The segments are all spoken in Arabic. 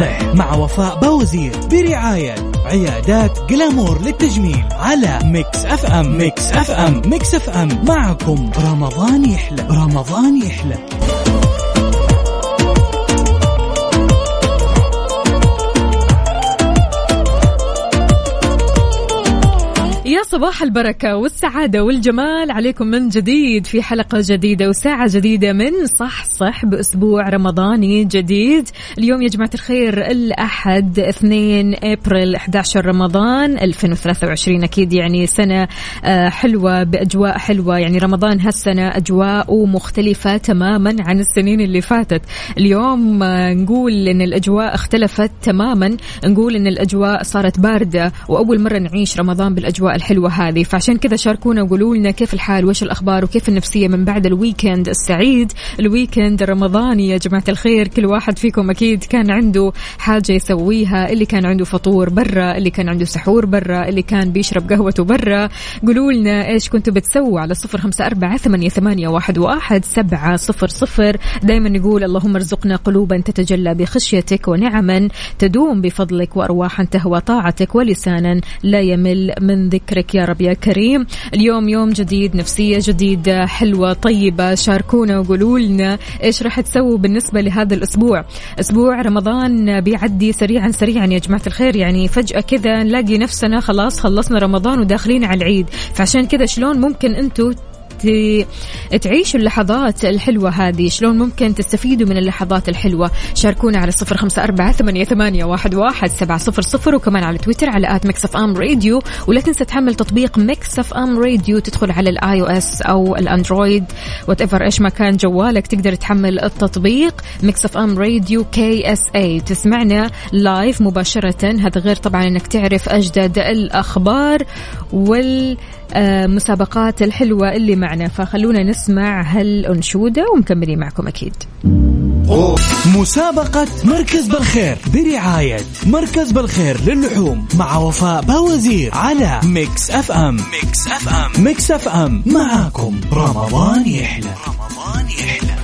صح مع وفاء باوزير برعاية عيادات جلامور للتجميل على ميكس اف ام. ميكس اف ام، ميكس اف ام معكم رمضان يحلى، رمضان يحلى. يا صباح البركة والسعادة والجمال عليكم من جديد في حلقة جديدة وساعة جديدة من صح بأسبوع رمضاني جديد. اليوم يا جماعة الخير الأحد 2 أبريل 11 رمضان 2023. أكيد يعني سنة حلوة بأجواء حلوة. يعني رمضان هالسنة أجواء مختلفة تماما عن السنين اللي فاتت. اليوم نقول إن الأجواء اختلفت تماما، نقول إن الأجواء صارت باردة وأول مرة نعيش رمضان بالأجواء الحلوة هذه. فعشان كذا شاركونا وقولوا لنا كيف الحال وإيش الأخبار وكيف النفسية من بعد الويكند السعيد، الويكند الرمضاني يا جماعة الخير. كل واحد فيكم أكيد كان عنده حاجة يسويها، اللي كان عنده فطور برا، اللي كان عنده سحور برا، اللي كان بيشرب قهوته برا. قولوا لنا إيش كنتوا بتسووا على 0548811700. دايما نقول اللهم ارزقنا قلوبا تتجلى بخشيتك ونعما تدوم بفضلك وأرواحا تهوى طاعتك ولسانا لا يمل من ذكرك يا رب يا كريم. اليوم يوم جديد، نفسية جديدة حلوة طيبة. شاركونا وقولوا لنا إيش راح تسووا بالنسبة لهذا الأسبوع. أسبوع رمضان بيعدي سريعا يا جماعة الخير. يعني فجأة كذا نلاقي نفسنا خلاص خلصنا رمضان وداخلين على العيد. فعشان كذا شلون ممكن أنتوا تعيشوا اللحظات الحلوة هذه؟ شلون ممكن تستفيدوا من اللحظات الحلوة؟ شاركونا على 0548811700 وكمان على تويتر على @mixfmradio. ولا تنسى تحمل تطبيق mixfmradio، تدخل على iOS أو الأندرويد whatever إيش ما كان جوالك تقدر تحمل التطبيق mixfmradio KSA، تسمعنا لايف مباشرة. هذا غير طبعا أنك تعرف أجدد الأخبار والمسابقات الحلوة اللي معنا. فخلونا نسمع هالأنشودة ومكملين معكم أكيد. مسابقة مركز بالخير برعاية مركز بالخير للحوم مع وفاء باوزير على ميكس اف ام. ميكس اف ام، ميكس اف ام معكم رمضان يحلى، رمضان يحلى.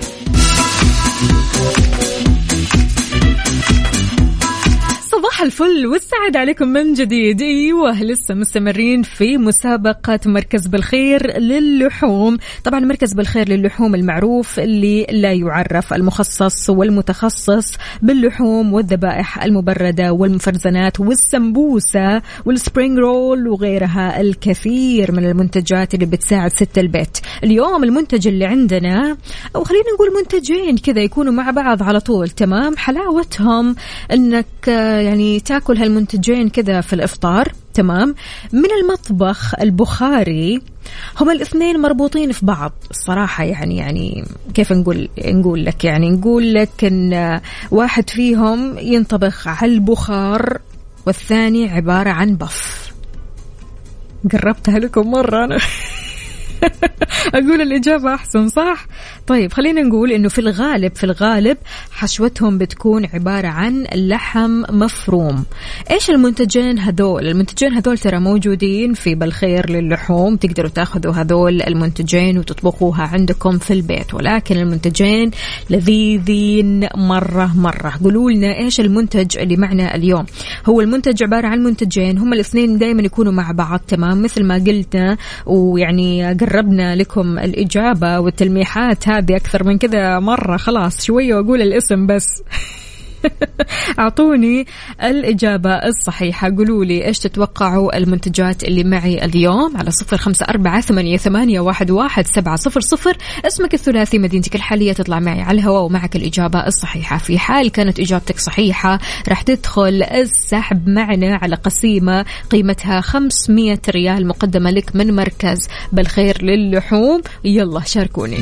صباح الفل والسعد عليكم من جديد. ايوه لسه مستمرين في مسابقة مركز بالخير للحوم. طبعا مركز بالخير للحوم المعروف اللي لا يعرف، المخصص والمتخصص باللحوم والذبائح المبردة والمفرزنات والسمبوسة والسبرينج رول وغيرها الكثير من المنتجات اللي بتساعد ست البيت. اليوم المنتج اللي عندنا، أو خلينا نقول منتجين كذا يكونوا مع بعض على طول، تمام؟ حلاوتهم انك يعني تاكل هالمنتجين كذا في الإفطار، تمام؟ من المطبخ البخاري. هما الاثنين مربوطين في بعض الصراحة. يعني كيف نقول لك، يعني نقول لك إن واحد فيهم ينطبخ على البخار والثاني عبارة عن بف. قربتها لكم مرة أنا أقول الإجابة أحسن، صح؟ طيب خلينا نقول إنه في الغالب حشوتهم بتكون عبارة عن لحم مفروم. إيش المنتجين هذول ترى موجودين في بالخير للحوم، تقدروا تاخذوا هذول المنتجين وتطبخوها عندكم في البيت، ولكن المنتجين لذيذين مرة. قولوا لنا إيش المنتج اللي معنا اليوم. هو المنتج عبارة عن منتجين، هما الاثنين دايما يكونوا مع بعض، تمام؟ مثل ما قلنا ويعني قربنا لكم الإجابة والتلميحات هذه أكثر من كذا مرة. خلاص شوية وأقول الاسم بس أعطوني الإجابة الصحيحة. قولوا لي إيش تتوقعوا المنتجات اللي معي اليوم على 0548811700. اسمك الثلاثي، مدينتك الحالية، تطلع معي على الهواء ومعك الإجابة الصحيحة. في حال كانت إجابتك صحيحة راح تدخل السحب معنا على قسيمة قيمتها 500 ريال مقدمة لك من مركز بالخير للحوم. يلا شاركوني.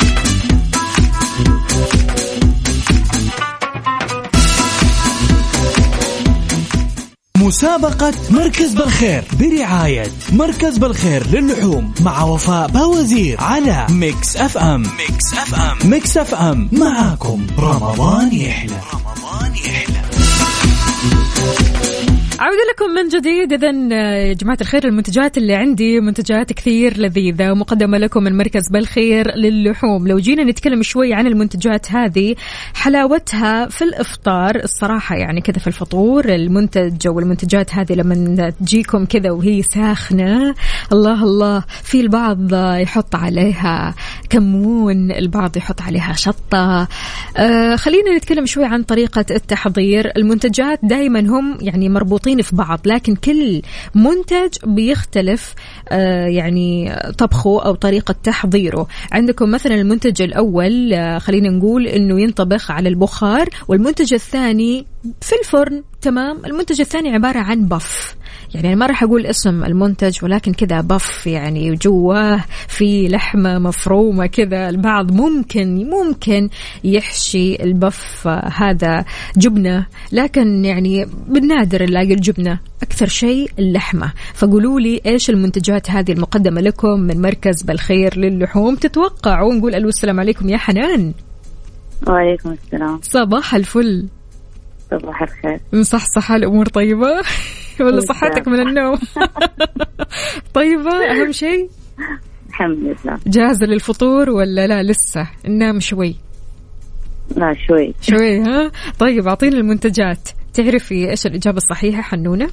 مسابقة مركز بالخير برعاية مركز بالخير للحوم مع وفاء باوزير على ميكس اف ام. ميكس اف ام، ميكس اف ام معكم رمضان يحلى، رمضان يحلى. عودة لكم من جديد. إذن يا جماعة الخير المنتجات اللي عندي منتجات كثير لذيذة مقدمة لكم من مركز بالخير للحوم. لو جينا نتكلم شوي عن المنتجات هذه، حلاوتها في الإفطار الصراحة، يعني كذا في الفطور المنتج والمنتجات هذه لما تجيكم كذا وهي ساخنة، الله الله. في البعض يحط عليها كمون، البعض يحط عليها شطة. خلينا نتكلم شوي عن طريقة التحضير. المنتجات دائما هم يعني مربوطين في بعض، لكن كل منتج بيختلف يعني طبخه أو طريقة تحضيره. عندكم مثلا المنتج الأول خلينا نقول إنه ينطبخ على البخار، والمنتج الثاني في الفرن. تمام. المنتج الثاني عبارة عن بف، يعني أنا ما راح أقول اسم المنتج ولكن كذا بف، يعني جواه في لحمة مفرومة كذا. البعض ممكن يحشي البف هذا جبنة، لكن يعني بالنادر نلاقي الجبنة، أكثر شيء اللحمة. فقولوا لي إيش المنتجات هذه المقدمة لكم من مركز بالخير للحوم. تتوقعوا نقول ألو السلام عليكم يا حنان. وعليكم السلام. صباح الفل. صباح الخير. مصحصحة الأمور طيبة ولا صحتك من النوم؟ طيبة أهم شيء. الحمد لله. جاهزة للفطور ولا لا لسه ننام شوي؟ لا شوي. ها طيب أعطينا المنتجات. تعرفي إيش الإجابة الصحيحة حنونة؟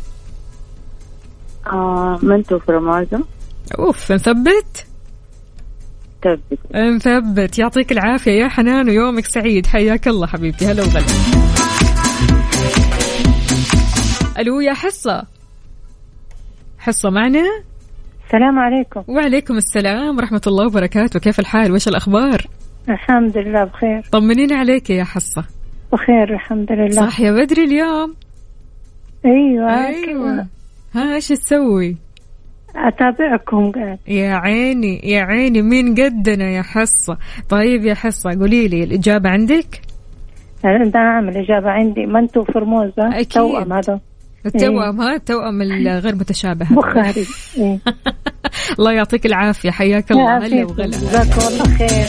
منتو فرمازة. أوف نثبت. نثبت. يعطيك العافية يا حنان ويومك سعيد. حياك الله حبيبتي. هلا وغلا. ألو يا حصة معنا؟ السلام عليكم. وعليكم السلام ورحمة الله وبركاته. كيف الحال وإيش الأخبار؟ الحمد لله بخير. طمنينا عليك يا حصة. بخير الحمد لله. صح يا بدري اليوم؟ أيوة. ها إيش تسوي؟ أتابعكم قاعد. يا عيني مين قدنا يا حصة. طيب يا حصة قولي لي الإجابة عندك؟ نعم الإجابة عندي منتو فرموزة. توأم هذا التوأم. ها التوأم الغير متشابه بخاري. الله يعطيك العافية. حياك الله. هلا وغلا. جزاك الله خير.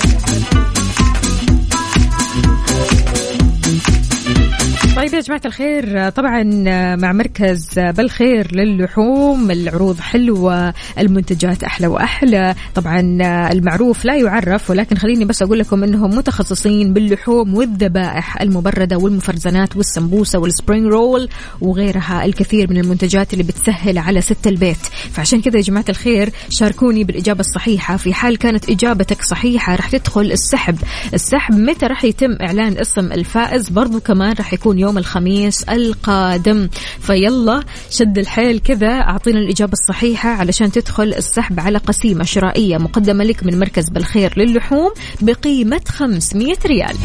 طيب يا جماعة الخير، طبعا مع مركز بالخير للحوم العروض حلوة، المنتجات أحلى وأحلى. طبعا المعروف لا يعرف، ولكن خليني بس أقول لكم أنهم متخصصين باللحوم والذبائح المبردة والمفرزنات والسمبوسة والسبرينج رول وغيرها الكثير من المنتجات اللي بتسهل على ست البيت. فعشان كذا يا جماعة الخير شاركوني بالإجابة الصحيحة. في حال كانت إجابتك صحيحة رح تدخل السحب. متى رح يتم إعلان اسم الفائز؟ برضو كمان رح يكون يوم الخميس القادم. فيلا شد الحيل كذا، أعطينا الإجابة الصحيحة علشان تدخل السحب على قسيمة شرائية مقدمة لك من مركز بالخير للحوم بقيمة 500 ريال.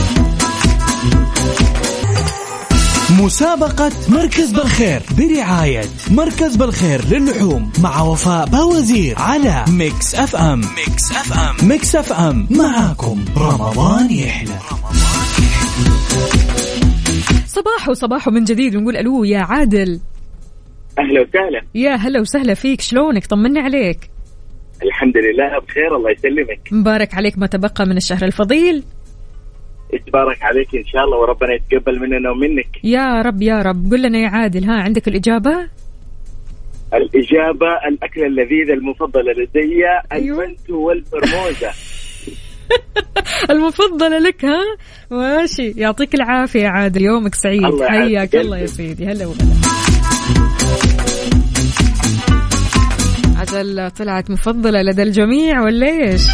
مسابقة مركز بالخير برعاية مركز بالخير للحوم مع وفاء باوزير على ميكس اف ام. ميكس اف ام معاكم رمضان يحلى. صباح من جديد ونقول ألو يا عادل. أهلا وسهلا. يا هلا وسهلا فيك. شلونك؟ طمني عليك. الحمد لله بخير الله يسلمك. مبارك عليك ما تبقى من الشهر الفضيل. يتبارك عليك إن شاء الله وربنا يتقبل مننا ومنك يا رب يا رب. قل لنا يا عادل، ها عندك الإجابة؟ الإجابة الأكلة اللذيذة المفضلة لدي المنتو والفرموزة. المفضلة لك. ها ماشي. يعطيك العافية يا عادل. يومك سعيد. حياك الله يا سيدي. هلا وغلا. عجل طلعت مفضلة لدى الجميع ولا ايش؟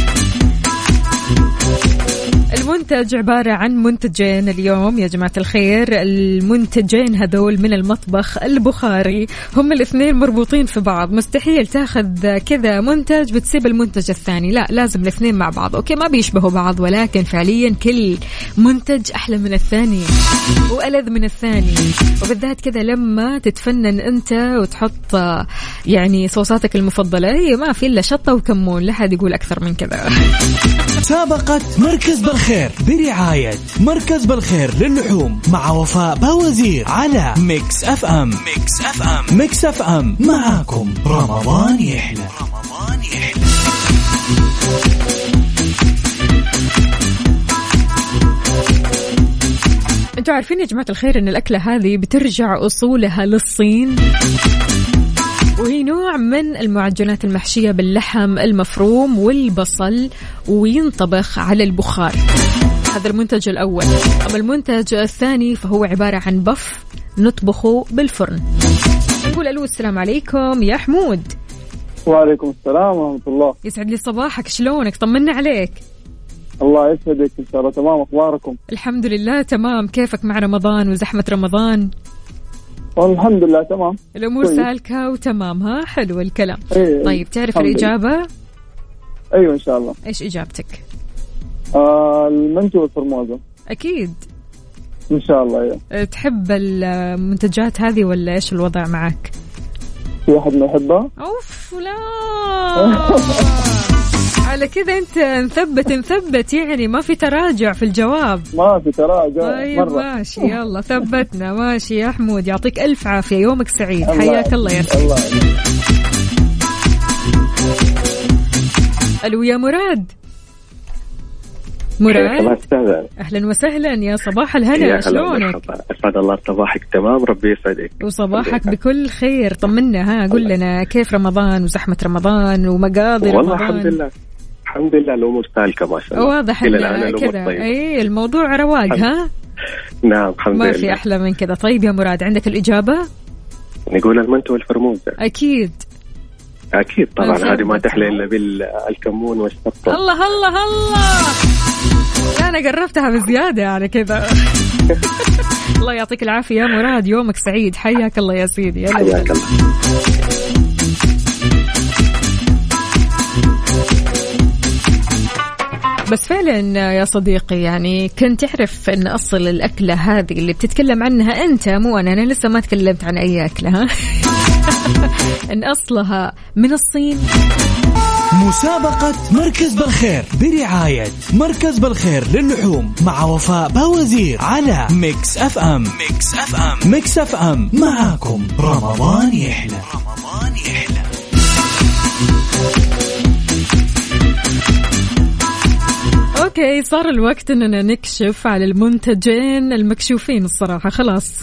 المنتج عبارة عن منتجين اليوم يا جماعة الخير. المنتجين هذول من المطبخ البخاري، هم الاثنين مربوطين في بعض. مستحيل تاخذ كذا منتج بتسيب المنتج الثاني، لا لازم الاثنين مع بعض. اوكي ما بيشبهوا بعض، ولكن فعليا كل منتج أحلى من الثاني وألذ من الثاني. وبالذات كذا لما تتفنن أنت وتحط يعني صوصاتك المفضلة، هي ما في إلا شطة وكمون، لا حد يقول أكثر من كذا. مسابقة مركز بالخير برعاية مركز بالخير للحوم مع وفاء باوزير على ميكس اف ام. ميكس اف ام معاكم رمضان يحلى. انتوا عارفين يا جماعة الخير ان الأكلة هذه بترجع أصولها للصين، وهي نوع من المعجنات المحشية باللحم المفروم والبصل وينطبخ على البخار. هذا المنتج الأول. أما المنتج الثاني فهو عبارة عن بف نطبخه بالفرن. نقول ألو السلام عليكم يا حمود. وعليكم السلام ورحمة الله. يسعد لي صباحك، شلونك؟ طمنا عليك. الله يسعدك، إن شاء الله تمام. أخباركم؟ الحمد لله تمام. كيفك مع رمضان وزحمة رمضان؟ والحمد لله تمام، الأمور سالكة وتمام. ها حلو الكلام. طيب تعرف الإجابة؟ أيوة إن شاء الله. إيش إجابتك؟ المنتو والفرموزة. أكيد إن شاء الله. أيوة. تحب المنتجات هذه ولا إيش الوضع معك؟ في واحد ما يحبها؟ أوف لا على كذا أنت نثبت يعني ما في تراجع في الجواب. ما في تراجع. طيب مرة. ماشي يلا ثبتنا. ماشي يا حمود، يعطيك ألف عافية، يومك سعيد. حياك الله يا رب. ألو يا مراد. مراد أهلا وسهلا، يا صباح الهنا، شلونك؟ أسعد الله صباحك. تمام، ربي يسعدك وصباحك بكل خير. طمنا، ها قل لنا كيف رمضان وزحمة رمضان ومقاضي رمضان؟ والله الحمد لله الأمور سالكة ما شاء الله. واضح كذا أي الموضوع رواق. ها نعم الحمد لله، ما في أحلى من كذا. طيب يا مراد عندك الإجابة؟ نقول المنتو والفرموزة. أكيد طبعا، هذه ما تحلى إلا بالكمون والشطة. الله أنا قربتها بزيادة على كذا. الله يعطيك العافية يا مراد، يومك سعيد. حياك الله يا سيدي. حياك الله. بس فعلا يا صديقي، يعني كنت تعرف أن أصل الأكلة هذه اللي بتتكلم عنها أنت مو أنا لسه ما تكلمت عن أي أكلة، ها؟ أن أصلها من الصين. مسابقة مركز بالخير برعاية مركز بالخير للحوم مع وفاء باوزير على ميكس اف ام. ميكس اف ام معاكم رمضان يحلى. اوكي، صار الوقت اننا نكشف على المنتجين المكشوفين الصراحة. خلاص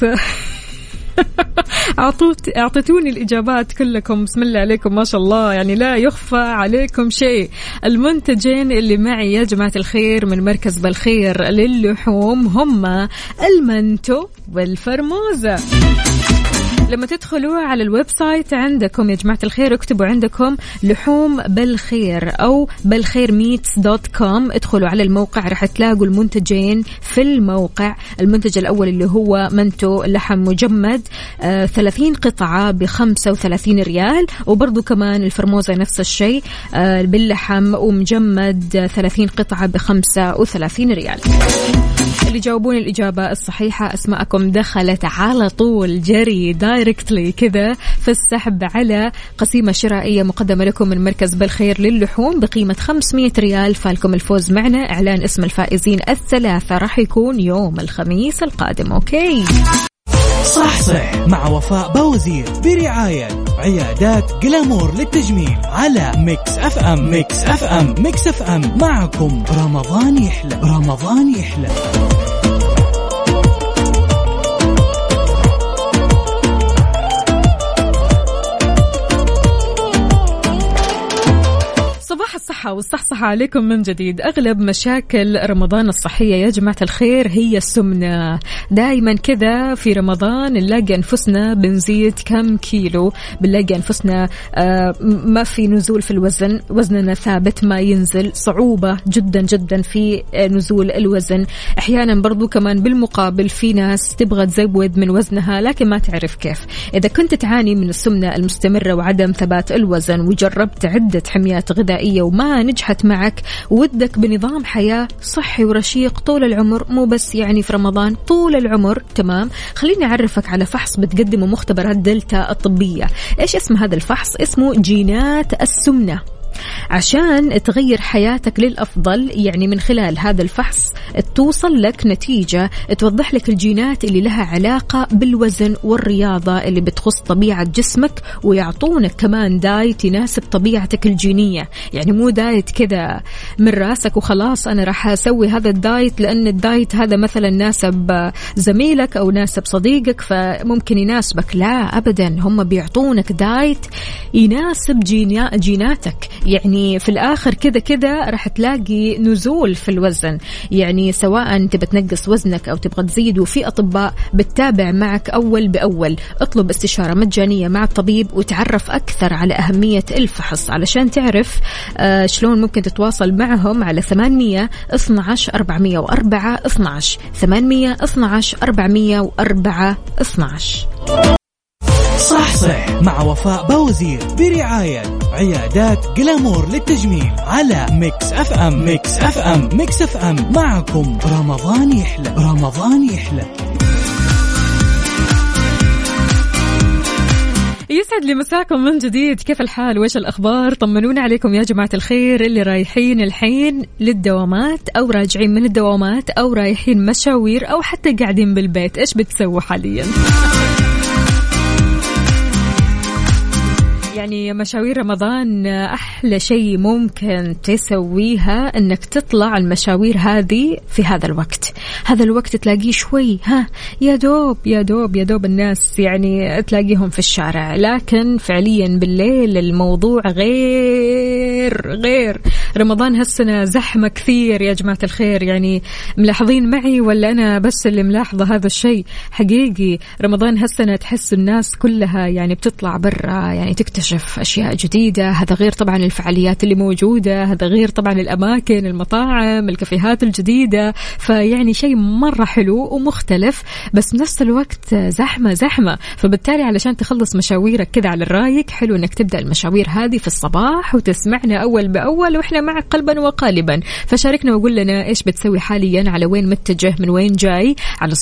أعطيتوني الإجابات كلكم، بسم الله عليكم ما شاء الله، يعني لا يخفى عليكم شيء. المنتجين اللي معي يا جماعة الخير من مركز بالخير للحوم هم المنتو والفرموزة. لما تدخلوا على الويب سايت عندكم يا جماعة الخير اكتبوا عندكم لحوم بالخير أو بالخيرميتس.com، ادخلوا على الموقع راح تلاقوا المنتجين في الموقع. المنتج الأول اللي هو منتو لحم مجمد 30 قطعة ب35 ريال، وبرضو كمان الفرموزة نفس الشيء باللحم ومجمد 30 قطعة ب35 ريال. اللي جاوبون الإجابة الصحيحة أسماءكم دخلت على طول جري دايركتلي كذا في السحب على قسيمة شرائية مقدمة لكم من مركز بالخير للحوم بقيمة 500 ريال. فالكم الفوز معنا. إعلان اسم الفائزين الثلاثة راح يكون يوم الخميس القادم. أوكي صح مع وفاء باوزير برعاية عيادات جلامور للتجميل على ميكس اف ام. ميكس اف ام معكم رمضان يحلى. صباح الصحة والصحصحة عليكم من جديد. أغلب مشاكل رمضان الصحية يا جماعة الخير هي السمنة. دايما كذا في رمضان نلاقي أنفسنا بنزيد كم كيلو، بنلاقي أنفسنا ما في نزول في الوزن، وزننا ثابت ما ينزل، صعوبة جدا جدا في نزول الوزن. أحيانا برضو كمان بالمقابل في ناس تبغى تزود من وزنها لكن ما تعرف كيف. إذا كنت تعاني من السمنة المستمرة وعدم ثبات الوزن وجربت عدة حميات غذائية وما نجحت معك، ودك بنظام حياة صحي ورشيق طول العمر، مو بس يعني في رمضان، طول العمر، تمام؟ خليني أعرفك على فحص بتقدمه مختبرات دلتا الطبية. إيش اسم هذا الفحص؟ اسمه جينات السمنة. عشان تغير حياتك للأفضل، يعني من خلال هذا الفحص توصل لك نتيجة توضح لك الجينات اللي لها علاقة بالوزن والرياضة اللي بتخص طبيعة جسمك، ويعطونك كمان دايت يناسب طبيعتك الجينية. يعني مو دايت كذا من راسك وخلاص أنا راح أسوي هذا الدايت لأن الدايت هذا مثلا ناسب زميلك أو ناسب صديقك فممكن يناسبك. لا أبدا، هم بيعطونك دايت يناسب جيناتك. يعني في الآخر كذا راح تلاقي نزول في الوزن، يعني سواء تبى تنقص وزنك أو تبغى تزيد، وفي أطباء بتتابع معك أول بأول. اطلب استشارة مجانية مع الطبيب وتعرف أكثر على أهمية الفحص علشان تعرف شلون ممكن تتواصل معهم على 812 404 12 812 404 12. صح مع وفاء باوزير برعاية عيادات جلامور للتجميل على ميكس اف ام. ميكس اف ام، ميكس اف ام معكم رمضان يحلى. رمضان يحلى. يسعد لي مساكم من جديد. كيف الحال وإيش الأخبار؟ طمنونا عليكم يا جماعة الخير، اللي رايحين الحين للدوامات أو راجعين من الدوامات أو رايحين مشاوير أو حتى قاعدين بالبيت. إيش بتسووا حاليا؟ يعني مشاوير رمضان أحلى شيء ممكن تسويها أنك تطلع المشاوير هذه في هذا الوقت. هذا الوقت تلاقيه شوي يا دوب الناس يعني تلاقيهم في الشارع، لكن فعليا بالليل الموضوع غير. رمضان هالسنة زحمة كثير يا جماعة الخير، يعني ملاحظين معي ولا أنا بس اللي ملاحظة هذا الشيء؟ حقيقي رمضان هالسنة تحس الناس كلها يعني بتطلع برا، يعني تكتشف أشياء جديدة. هذا غير طبعا الفعاليات اللي موجودة، هذا غير طبعا الأماكن، المطاعم، الكافيهات الجديدة. فيعني شيء مرة حلو ومختلف، بس نفس الوقت زحمة. فبالتالي علشان تخلص مشاويرك كذا على الرايق، حلو أنك تبدأ المشاوير هذه في الصباح وتسمعنا أول بأول وإحنا معك قلبا وقالبا. فشاركنا وقول لنا إيش بتسوي حاليا، على وين متجه، من وين جاي، على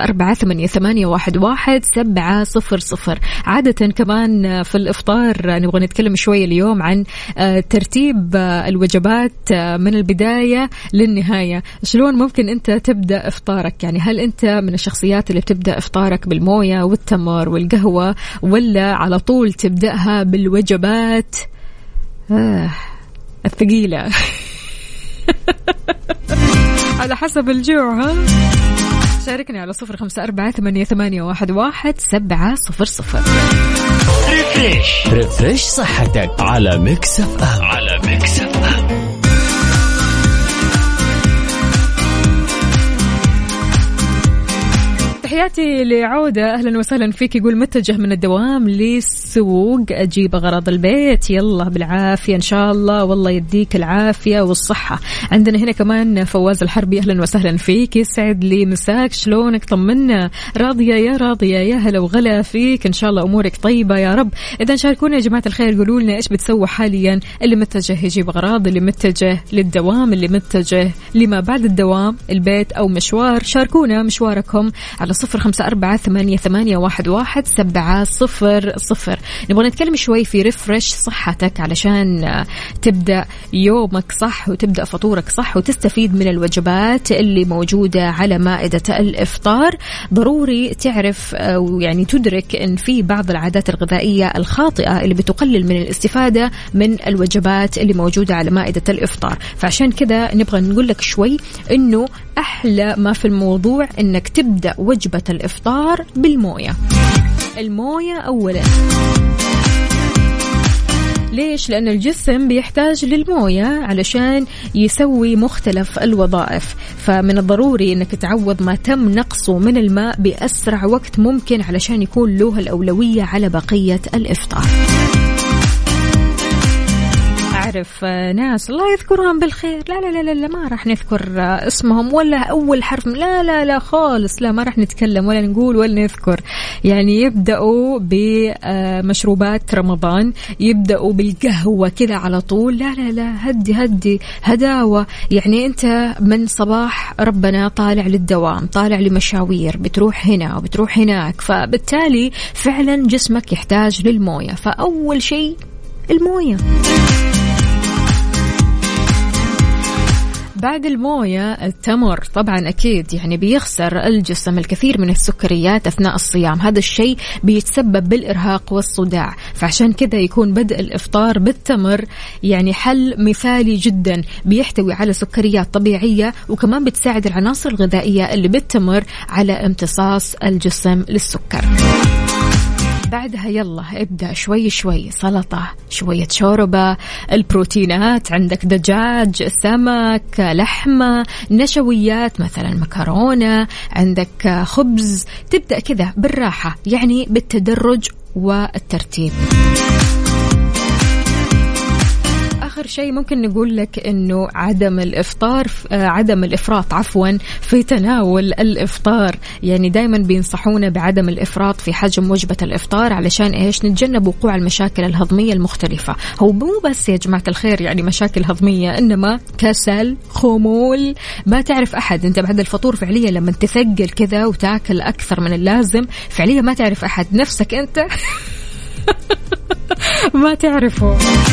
0548811700. عادة كمان في الإفطار نبغى نتكلم شوية اليوم عن ترتيب الوجبات من البداية للنهاية. شلون ممكن أنت تبدأ إفطارك؟ يعني هل أنت من الشخصيات اللي بتبدأ إفطارك بالموية والتمر والقهوة، ولا على طول تبدأها بالوجبات الثقيلة؟ على حسب الجوع. شاركني على 0548811700. ريفريش صحتك على ميكس اف ام. تحياتي لعودة، أهلا وسهلا فيك. يقول متجه من الدوام للسوق أجيب أغراض البيت، يلا بالعافية إن شاء الله، والله يديك العافية والصحة. عندنا هنا كمان فواز الحربي، أهلا وسهلا فيك، يسعد لي مساك، شلونك؟ طمنا. راضية يا هلا وغلا فيك، إن شاء الله أمورك طيبة يا رب. إذا شاركونا يا جماعة الخير، قولوا لنا إيش بتسووا حاليا، اللي متجه يجيب أغراض، اللي متجه للدوام، اللي متجه لما بعد الدوام، البيت أو مشوار. شاركونا مشواركم على 0548811700. نبغى نتكلم شوي في ريفرش صحتك علشان تبدأ يومك صح وتبدأ فطورك صح وتستفيد من الوجبات اللي موجودة على مائدة الإفطار. ضروري تعرف ويعني تدرك أن في بعض العادات الغذائية الخاطئة اللي بتقلل من الاستفادة من الوجبات اللي موجودة على مائدة الإفطار. فعشان كذا نبغى نقول لك شوي أنه أحلى ما في الموضوع أنك تبدأ وجبة الإفطار بالموية. الموية أولا. ليش؟ لأن الجسم بيحتاج للموية علشان يسوي مختلف الوظائف، فمن الضروري أنك تعوض ما تم نقصه من الماء بأسرع وقت ممكن علشان يكون له الأولوية على بقية الإفطار. أعرف ناس الله يذكرهم بالخير، لا ما راح نذكر اسمهم ولا أول حرف، لا خالص، لا ما راح نتكلم ولا نقول ولا نذكر. يعني يبدأوا بمشروبات رمضان، يبدأوا بالقهوة كذا على طول، لا هدي هداوة. يعني أنت من صباح ربنا طالع للدوام، طالع لمشاوير، بتروح هنا وبتروح هناك، فبالتالي فعلا جسمك يحتاج للموية. فأول شيء الموية. بعد الموية التمر طبعا أكيد يعني بيخسر الجسم الكثير من السكريات أثناء الصيام، هذا الشيء بيتسبب بالإرهاق والصداع، فعشان كذا يكون بدء الإفطار بالتمر يعني حل مثالي جدا، بيحتوي على سكريات طبيعية وكمان بتساعد العناصر الغذائية اللي بالتمر على امتصاص الجسم للسكر. بعدها يلا ابدأ شوي شوي، سلطة، شوية شوربة، البروتينات عندك دجاج، سمك، لحمة، نشويات مثلا مكرونة، عندك خبز، تبدأ كذا بالراحة يعني بالتدرج والترتيب. آخر شيء ممكن نقول لك إنه عدم الإفراط في تناول الإفطار، يعني دايما بينصحونا بعدم الإفراط في حجم وجبة الإفطار علشان إيش؟ نتجنب وقوع المشاكل الهضمية المختلفة. هو مو بس يا جماعة الخير يعني مشاكل هضمية، إنما كسل، خمول، ما تعرف أحد. أنت بعد الفطور فعليا لما تثقل كذا وتاكل أكثر من اللازم فعليا ما تعرف أحد، نفسك أنت ما تعرفه.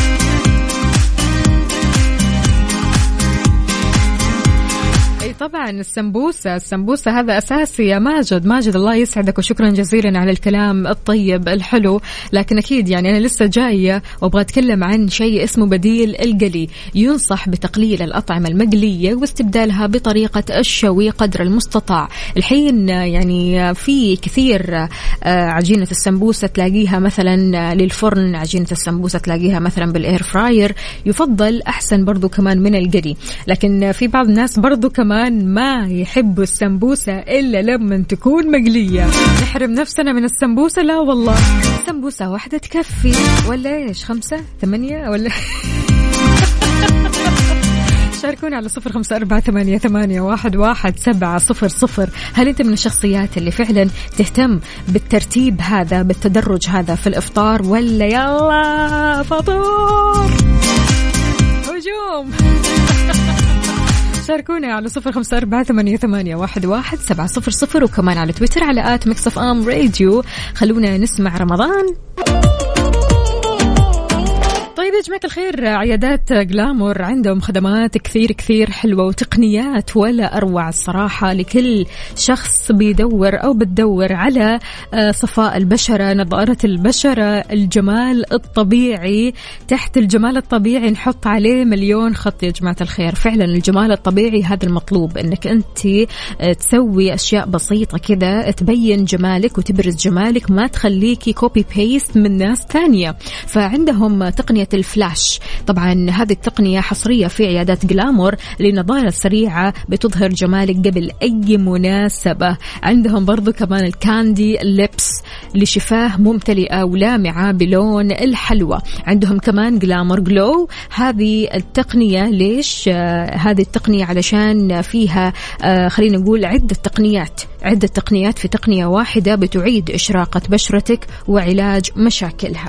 طبعا السمبوسة هذا أساسي يا ماجد الله يسعدك وشكرا جزيلا على الكلام الطيب الحلو. لكن أكيد يعني أنا لسه جاية وأبغى أتكلم عن شيء اسمه بديل القلي. ينصح بتقليل الأطعمة المقلية واستبدالها بطريقة الشوي قدر المستطاع. الحين يعني في كثير عجينة السمبوسة تلاقيها مثلا للفرن، عجينة السمبوسة تلاقيها مثلا بالإير فراير، يفضل أحسن برضو كمان من القلي. لكن في بعض الناس برضو كمان ما يحبوا السمبوسة إلا لما تكون مقلية. نحرم نفسنا من السمبوسة؟ لا والله، سمبوسة واحدة تكفي ولا إيش؟ 5 8 ولا شاركونا على 0548811700. هل أنت من الشخصيات اللي فعلا تهتم بالترتيب هذا بالتدرج هذا في الإفطار، ولا يلا فطور هجوم؟ شاركونا على 0548811700 وكمان على تويتر على @mixfmradio. خلونا نسمع رمضان. طيب يا جماعة الخير، عيادات جلامور عندهم خدمات كثير حلوة وتقنيات ولا أروع الصراحة لكل شخص بيدور أو بتدور على صفاء البشرة، نضارة البشرة، الجمال الطبيعي. تحت الجمال الطبيعي نحط عليه مليون خط يا جماعة الخير. فعلا الجمال الطبيعي هذا المطلوب، انك انت تسوي أشياء بسيطة كذا تبين جمالك وتبرز جمالك، ما تخليكي كوبي بيست من ناس تانية. فعندهم تقنية الفلاش، طبعا هذه التقنية حصرية في عيادات جلامور لنظارة سريعة بتظهر جمالك قبل أي مناسبة. عندهم برضو كمان الكاندي ليبس لشفاه ممتلئة ولامعة بلون الحلوى. عندهم كمان جلامور جلو. هذه التقنية ليش؟ هذه التقنية علشان فيها خلينا نقول عدة تقنيات في تقنية واحدة بتعيد إشراقة بشرتك وعلاج مشاكلها.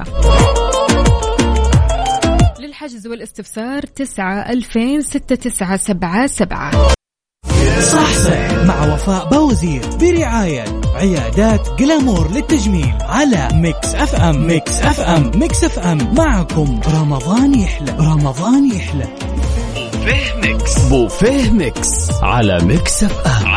للحجز والاستفسار 9 2000 6977. صح مع وفاء باوزير برعاية عيادات جلامور للتجميل على ميكس اف ام. ميكس اف ام معكم رمضان يحلى. بوفيه ميكس على ميكس اف ام.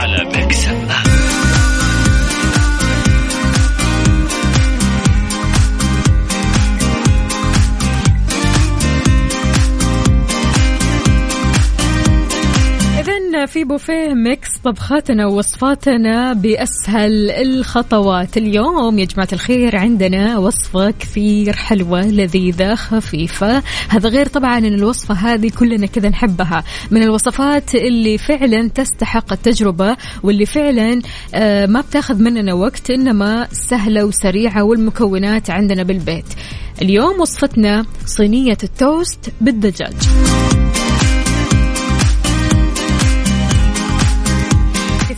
في بوفيه ميكس طبخاتنا ووصفاتنا بأسهل الخطوات. اليوم يا جماعة الخير عندنا وصفة كثير حلوة لذيذة خفيفة. هذا غير طبعا أن الوصفة هذه كلنا كذا نحبها، من الوصفات اللي فعلا تستحق التجربة واللي فعلا ما بتاخذ مننا وقت، إنما سهلة وسريعة والمكونات عندنا بالبيت. اليوم وصفتنا صينية التوست بالدجاج.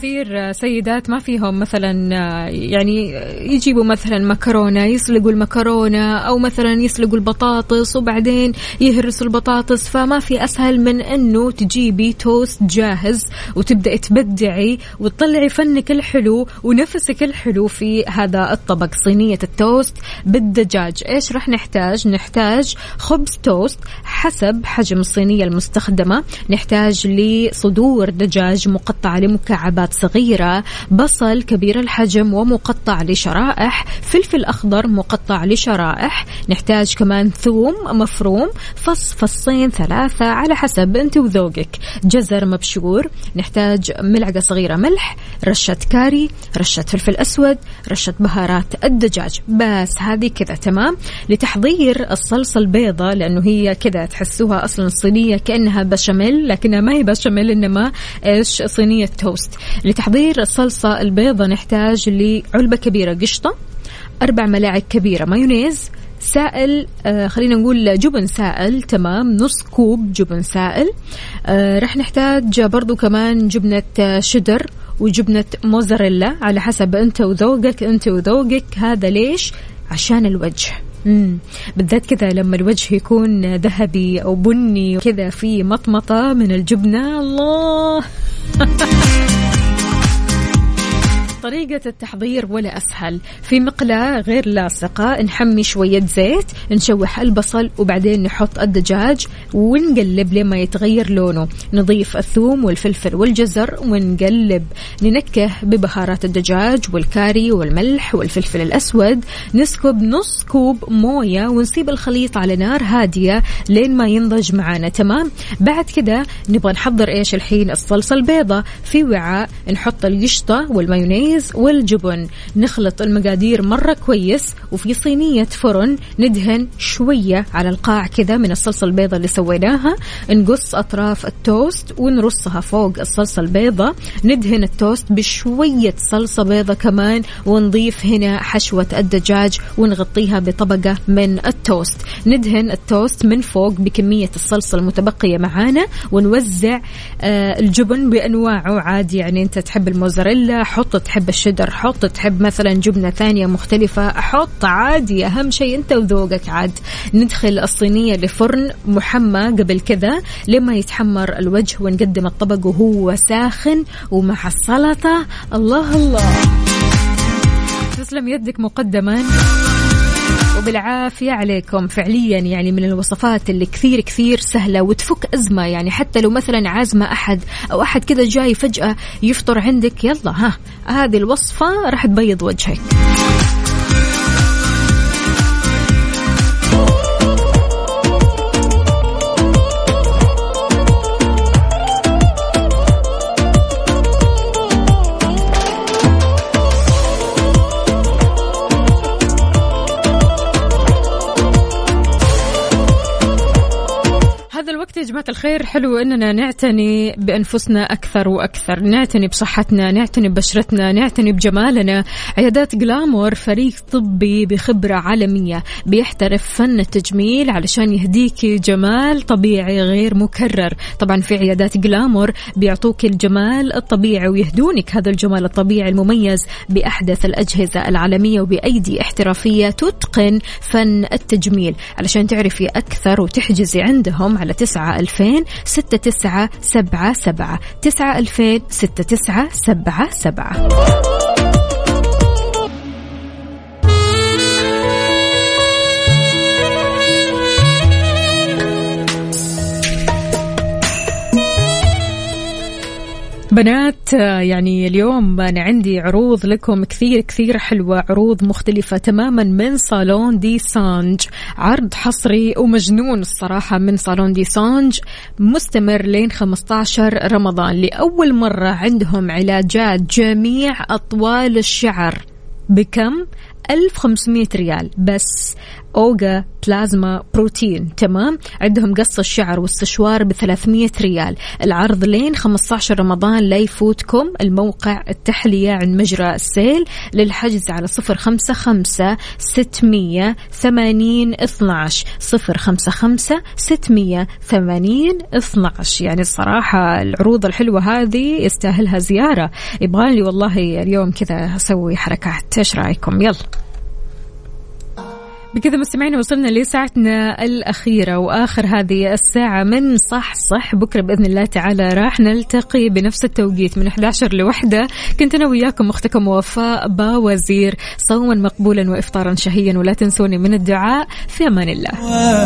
كثير سيدات ما فيهم مثلا يعني يجيبوا مثلا مكرونة، يسلقوا المكرونة أو مثلا يسلقوا البطاطس وبعدين يهرسوا البطاطس، فما في أسهل من أنه تجيبي توست جاهز وتبدأي تبدعي وتطلعي فنك الحلو ونفسك الحلو في هذا الطبق. صينية التوست بالدجاج. إيش رح نحتاج؟ نحتاج خبز توست حسب حجم الصينية المستخدمة، نحتاج لصدور دجاج مقطعة لمكعبات صغيرة، بصل كبير الحجم ومقطع لشرائح، فلفل أخضر مقطع لشرائح، نحتاج كمان ثوم مفروم، فصين 3 على حسب أنت وذوقك، جزر مبشور، نحتاج ملعقة صغيرة ملح، رشة كاري، رشة فلفل أسود، رشة بهارات الدجاج. بس هذه كذا تمام. لتحضير الصلصة البيضة، لأنه هي كذا تحسوها أصلا صينية كأنها بشاميل لكنها ما هي بشاميل إنما إيش صينية توست. لتحضير الصلصة البيضة نحتاج لعلبة كبيرة قشطة، 4 ملاعق كبيرة مايونيز سائل، خلينا نقول جبن سائل، تمام، نص كوب جبن سائل. رح نحتاج برضو كمان جبنة شيدر وجبنة موزاريلا على حسب أنت وذوقك. هذا ليش؟ عشان الوجه. بالذات كذا لما الوجه يكون ذهبي أو بني كذا في مطمطة من الجبنة، الله. طريقة التحضير ولا أسهل. في مقلاة غير لاصقة نحمي شوية زيت، نشوح البصل وبعدين نحط الدجاج ونقلب لما يتغير لونه، نضيف الثوم والفلفل والجزر ونقلب، ننكه ببهارات الدجاج والكاري والملح والفلفل الأسود، نسكب نص كوب موية ونسيب الخليط على نار هادية لين ما ينضج معانا، تمام. بعد كده نبغى نحضر إيش الحين؟ الصلصة البيضة. في وعاء نحط القشطة والمايونيز والجبن، نخلط المقادير مرة كويس، وفي صينية فرن ندهن شوية على القاع كذا من الصلصة البيضة اللي سويناها، نقص أطراف التوست ونرصها فوق الصلصة البيضة، ندهن التوست بشوية صلصة بيضة كمان، ونضيف هنا حشوة الدجاج ونغطيها بطبقة من التوست، ندهن التوست من فوق بكمية الصلصة المتبقية معانا، ونوزع الجبن بأنواعه عادي، يعني أنت تحب الموزاريلا حط، تحب الشيدر حط، تحب مثلا جبنة ثانية مختلفة حط، عادي، أهم شيء أنت وذوقك عاد. ندخل الصينية لفرن محمى قبل كذا لما يتحمر الوجه، ونقدم الطبق وهو ساخن ومع السلطة. الله الله، تسلم يدك مقدما وبالعافية عليكم. فعليا يعني من الوصفات اللي كثير سهلة وتفك أزمة، يعني حتى لو مثلا عازمة أحد أو أحد كذا جاي فجأة يفطر عندك، يلا هذه الوصفة راح تبيض وجهك. يا جماعة الخير حلو إننا نعتني بأنفسنا أكثر وأكثر، نعتني بصحتنا، نعتني ببشرتنا، نعتني بجمالنا. عيادات جلامور فريق طبي بخبرة عالمية بيحترف فن التجميل علشان يهديكي جمال طبيعي غير مكرر. طبعا في عيادات جلامور بيعطوك الجمال الطبيعي ويهدونك هذا الجمال الطبيعي المميز بأحدث الأجهزة العالمية وبأيدي احترافية تتقن فن التجميل. علشان تعرفي أكثر وتحجزي عندهم على 9,2000-6977 9,2000-6977. بنات يعني اليوم أنا عندي عروض لكم كثير حلوة، عروض مختلفة تماما من صالون دي سانج، عرض حصري ومجنون الصراحة من صالون دي سانج مستمر لين 15 رمضان. لأول مرة عندهم علاجات جميع أطوال الشعر بكم؟ 1500 ريال بس. أوغا بلازما بروتين تمام. عندهم قص الشعر واستشوار ب300 ريال. العرض لين 15 رمضان، لا يفوتكم. الموقع التحلية عند مجرى السيل. للحجز على 055-680-80-12 055-680-80-12. يعني الصراحة العروض الحلوة هذه يستاهلها زيارة. يبغالي والله اليوم كذا أسوي حركات. إيش رأيكم؟ يلا بكذا مستمعين وصلنا لساعتنا الأخيرة وآخر هذه الساعة من صح. بكرة بإذن الله تعالى راح نلتقي بنفس التوقيت من 11 ل1. كنت أنا وياكم أختكم وفاء باوزير. صوما مقبولا وإفطارا شهيا، ولا تنسوني من الدعاء. في أمان الله.